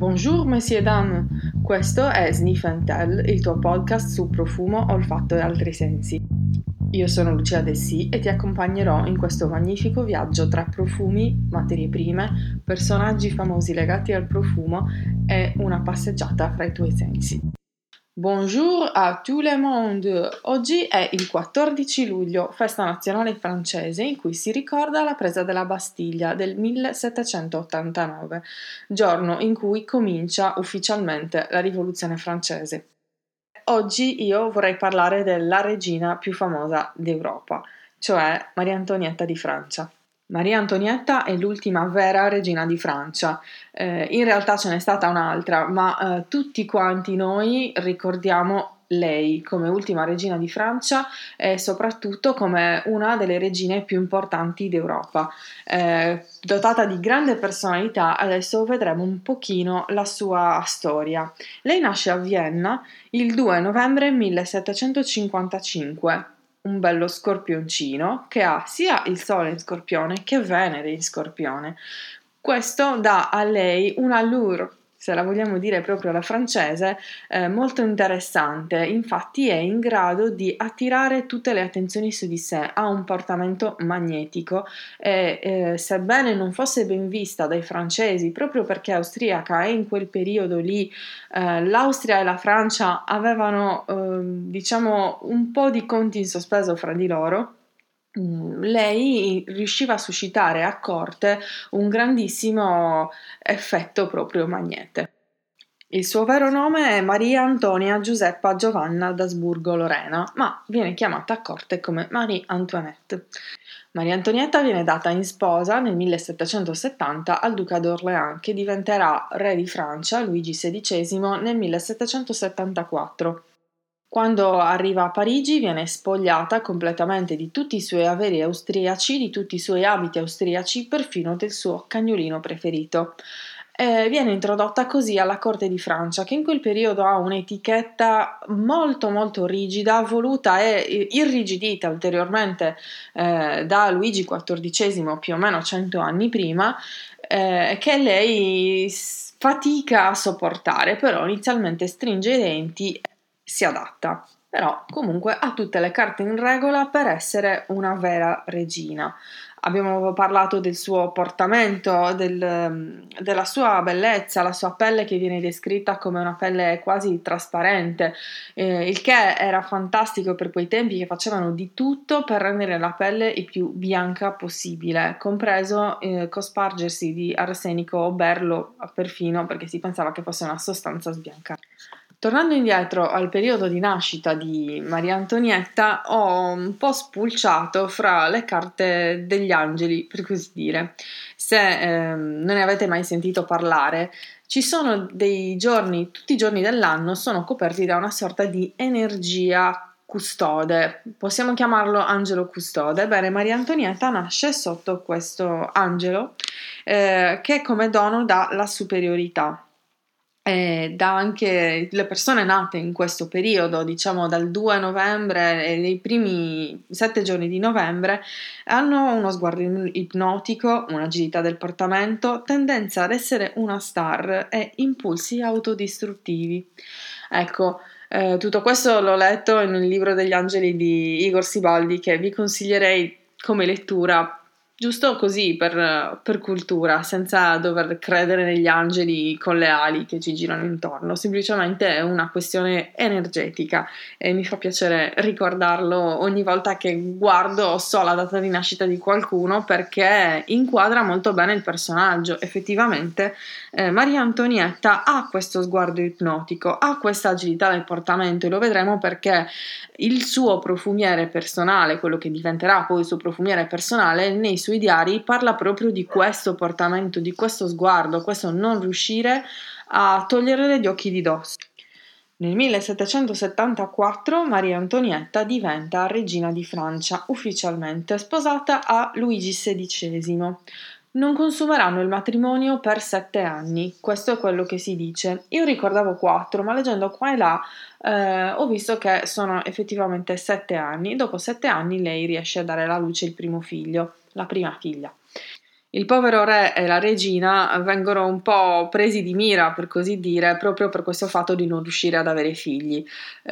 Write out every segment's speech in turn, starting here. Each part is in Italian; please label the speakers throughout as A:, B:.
A: Bonjour, messieurs et dames. Questo è Sniff and Tell, il tuo podcast su profumo, olfatto e altri sensi. Io sono Lucia Dessì e ti accompagnerò in questo magnifico viaggio tra profumi, materie prime, personaggi famosi legati al profumo e una passeggiata fra i tuoi sensi. Bonjour à tout le monde! Oggi è il 14 luglio, festa nazionale francese in cui si ricorda la presa della Bastiglia del 1789, giorno in cui comincia ufficialmente la Rivoluzione francese. Oggi io vorrei parlare della regina più famosa d'Europa, cioè Maria Antonietta di Francia. Maria Antonietta è l'ultima vera regina di Francia. In realtà ce n'è stata un'altra, ma tutti quanti noi ricordiamo lei come ultima regina di Francia e soprattutto come una delle regine più importanti d'Europa. Dotata di grande personalità, adesso vedremo un pochino la sua storia. Lei nasce a Vienna il 2 novembre 1755, un bello scorpioncino che ha sia il Sole in Scorpione che Venere in Scorpione. Questo dà a lei un allure, se la vogliamo dire proprio alla francese, molto interessante. Infatti è in grado di attirare tutte le attenzioni su di sé, ha un portamento magnetico e sebbene non fosse ben vista dai francesi proprio perché austriaca e in quel periodo lì l'Austria e la Francia avevano diciamo un po' di conti in sospeso fra di loro. Lei riusciva a suscitare a corte un grandissimo effetto proprio magnete. Il suo vero nome è Maria Antonia Giuseppa Giovanna d'Asburgo-Lorena, ma viene chiamata a corte come Marie Antoinette. Maria Antonietta viene data in sposa nel 1770 al duca d'Orléans, che diventerà re di Francia, Luigi XVI, nel 1774. Quando arriva a Parigi viene spogliata completamente di tutti i suoi averi austriaci, di tutti i suoi abiti austriaci, perfino del suo cagnolino preferito. Viene introdotta così alla corte di Francia, che in quel periodo ha un'etichetta molto molto rigida, voluta e irrigidita ulteriormente da Luigi XIV più o meno 100 anni prima, che lei fatica a sopportare, però inizialmente stringe i denti, si adatta, però comunque ha tutte le carte in regola per essere una vera regina. Abbiamo parlato del suo portamento, della sua bellezza, la sua pelle che viene descritta come una pelle quasi trasparente, il che era fantastico per quei tempi che facevano di tutto per rendere la pelle il più bianca possibile, compreso cospargersi di arsenico o berlo perfino perché si pensava che fosse una sostanza sbiancante. Tornando indietro al periodo di nascita di Maria Antonietta, ho un po' spulciato fra le carte degli angeli, per così dire. Se non ne avete mai sentito parlare, ci sono dei giorni, tutti i giorni dell'anno sono coperti da una sorta di energia custode, possiamo chiamarlo angelo custode. Bene, Maria Antonietta nasce sotto questo angelo che come dono dà la superiorità. Da anche le persone nate in questo periodo, diciamo dal 2 novembre e nei primi 7 giorni di novembre, hanno uno sguardo ipnotico, un'agilità del portamento, tendenza ad essere una star e impulsi autodistruttivi. Ecco, tutto questo l'ho letto in un libro degli angeli di Igor Sibaldi che vi consiglierei come lettura. Giusto così per cultura, senza dover credere negli angeli con le ali che ci girano intorno, semplicemente è una questione energetica e mi fa piacere ricordarlo ogni volta che guardo o so la data di nascita di qualcuno perché inquadra molto bene il personaggio. Effettivamente Maria Antonietta ha questo sguardo ipnotico, ha questa agilità del portamento e lo vedremo perché il suo profumiere personale, quello che diventerà poi il suo profumiere personale, nei suoi diari parla proprio di questo portamento, di questo sguardo, questo non riuscire a togliere gli occhi di dosso. Nel 1774 Maria Antonietta diventa regina di Francia ufficialmente, sposata a Luigi XVI. Non consumeranno il matrimonio per 7 anni, questo è quello che si dice. Io ricordavo 4, ma leggendo qua e là ho visto che sono effettivamente 7 anni. Dopo 7 anni lei riesce a dare alla luce il primo figlio, la prima figlia. Il povero re e la regina vengono un po' presi di mira, per così dire, proprio per questo fatto di non riuscire ad avere figli,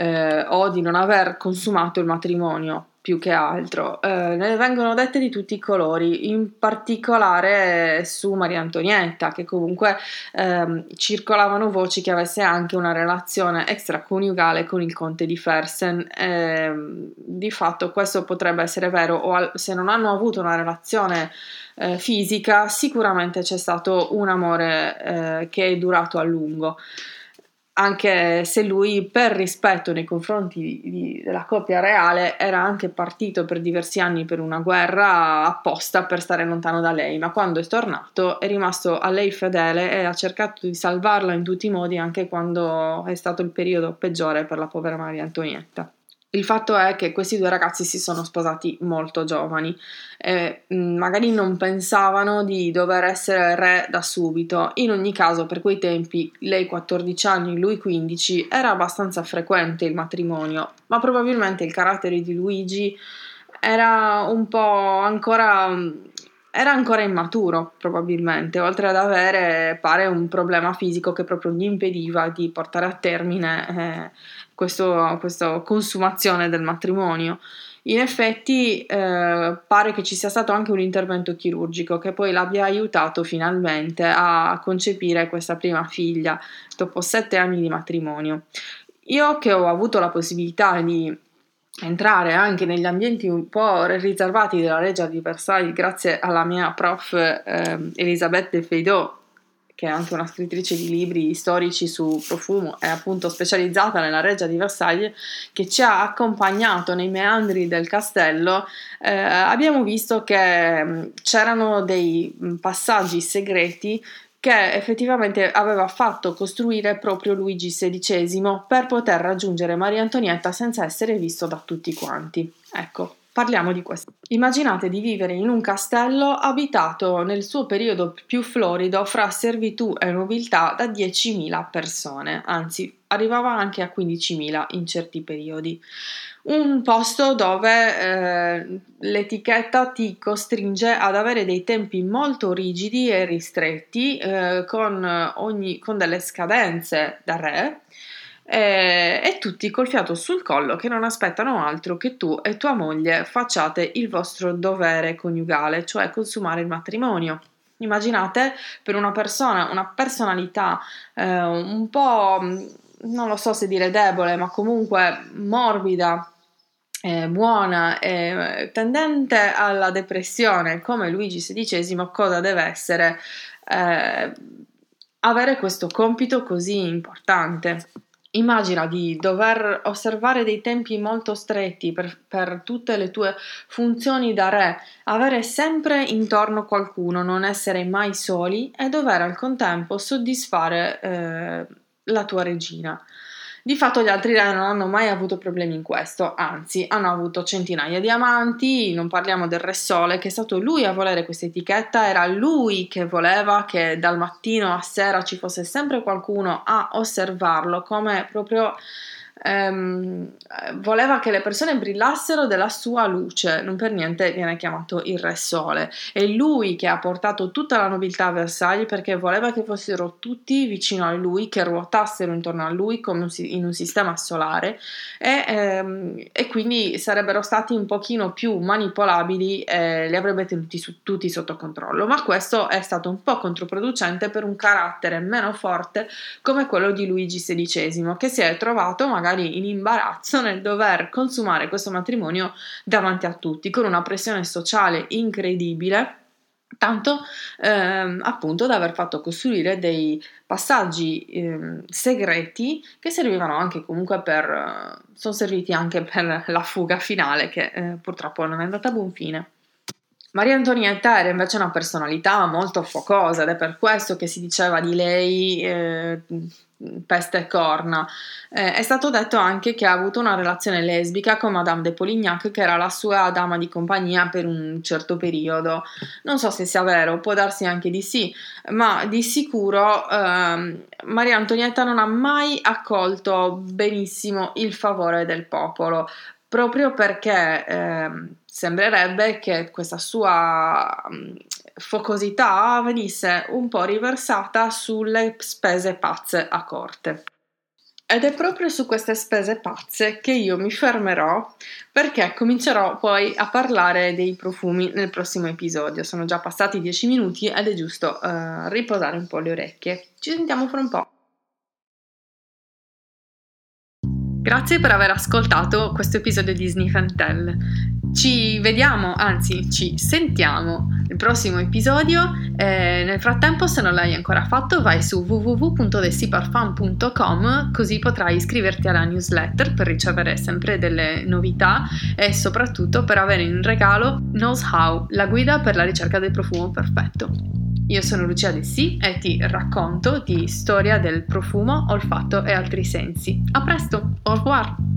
A: o di non aver consumato il matrimonio, più che altro. Ne vengono dette di tutti i colori, in particolare su Maria Antonietta, che comunque circolavano voci che avesse anche una relazione extraconiugale con il conte di Fersen. Di fatto questo potrebbe essere vero, se non hanno avuto una relazione fisica, sicuramente c'è stato un amore che è durato a lungo, anche se lui, per rispetto nei confronti della coppia reale, era anche partito per diversi anni per una guerra apposta per stare lontano da lei, ma quando è tornato è rimasto a lei fedele e ha cercato di salvarla in tutti i modi, anche quando è stato il periodo peggiore per la povera Maria Antonietta. Il fatto è che questi due ragazzi si sono sposati molto giovani e magari non pensavano di dover essere re da subito. In ogni caso, per quei tempi, lei 14 anni, lui 15, era abbastanza frequente il matrimonio, ma probabilmente il carattere di Luigi era un po' ancora... Era ancora immaturo, probabilmente, oltre ad avere, pare, un problema fisico che proprio gli impediva di portare a termine questa consumazione del matrimonio. In effetti, pare che ci sia stato anche un intervento chirurgico che poi l'abbia aiutato finalmente a concepire questa prima figlia dopo 7 anni di matrimonio. Io, che ho avuto la possibilità di entrare anche negli ambienti un po' riservati della Reggia di Versailles grazie alla mia prof Elisabeth de Feydeau, che è anche una scrittrice di libri storici su profumo, è appunto specializzata nella Reggia di Versailles, che ci ha accompagnato nei meandri del castello. Abbiamo visto che c'erano dei passaggi segreti che effettivamente aveva fatto costruire proprio Luigi XVI per poter raggiungere Maria Antonietta senza essere visto da tutti quanti. Ecco, parliamo di questo. Immaginate di vivere in un castello abitato nel suo periodo più florido fra servitù e nobiltà da 10.000 persone, anzi arrivava anche a 15.000 in certi periodi. Un posto dove l'etichetta ti costringe ad avere dei tempi molto rigidi e ristretti, con delle scadenze da re, e tutti col fiato sul collo che non aspettano altro che tu e tua moglie facciate il vostro dovere coniugale, cioè consumare il matrimonio. Immaginate per una persona, una personalità un po', non lo so se dire debole, ma comunque morbida, buona e tendente alla depressione come Luigi XVI, cosa deve essere eh, avere questo compito così importante. Immagina di dover osservare dei tempi molto stretti per tutte le tue funzioni da re, avere sempre intorno qualcuno, non essere mai soli e dover al contempo soddisfare la tua regina. Di fatto gli altri re non hanno mai avuto problemi in questo, anzi hanno avuto centinaia di amanti, non parliamo del Re Sole che è stato lui a volere questa etichetta, era lui che voleva che dal mattino a sera ci fosse sempre qualcuno a osservarlo, come proprio voleva che le persone brillassero della sua luce, non per niente viene chiamato il Re Sole. È lui che ha portato tutta la nobiltà a Versailles perché voleva che fossero tutti vicino a lui, che ruotassero intorno a lui come in un sistema solare e quindi sarebbero stati un pochino più manipolabili e li avrebbe tenuti tutti sotto controllo. Ma questo è stato un po' controproducente per un carattere meno forte come quello di Luigi XVI, che si è trovato magari in imbarazzo nel dover consumare questo matrimonio davanti a tutti, con una pressione sociale incredibile, tanto appunto da aver fatto costruire dei passaggi segreti che servivano anche comunque sono serviti anche per la fuga finale che purtroppo non è andata a buon fine. Maria Antonietta era invece una personalità molto focosa ed è per questo che si diceva di lei peste e corna. È stato detto anche che ha avuto una relazione lesbica con Madame de Polignac, che era la sua dama di compagnia per un certo periodo. Non so se sia vero, può darsi anche di sì, ma di sicuro Maria Antonietta non ha mai accolto benissimo il favore del popolo, proprio perché sembrerebbe che questa sua focosità venisse un po' riversata sulle spese pazze a corte. Ed è proprio su queste spese pazze che io mi fermerò, perché comincerò poi a parlare dei profumi nel prossimo episodio. Sono già passati 10 minuti ed è giusto riposare un po' le orecchie. Ci sentiamo fra un po'. Grazie per aver ascoltato questo episodio di Sniff and Tell. Ci vediamo, anzi ci sentiamo nel prossimo episodio. Nel frattempo, se non l'hai ancora fatto, vai su www.desiparfum.com, così potrai iscriverti alla newsletter per ricevere sempre delle novità e soprattutto per avere in regalo Knows How, la guida per la ricerca del profumo perfetto. Io sono Lucia Dessì e ti racconto di storia del profumo, olfatto e altri sensi. A presto, au revoir!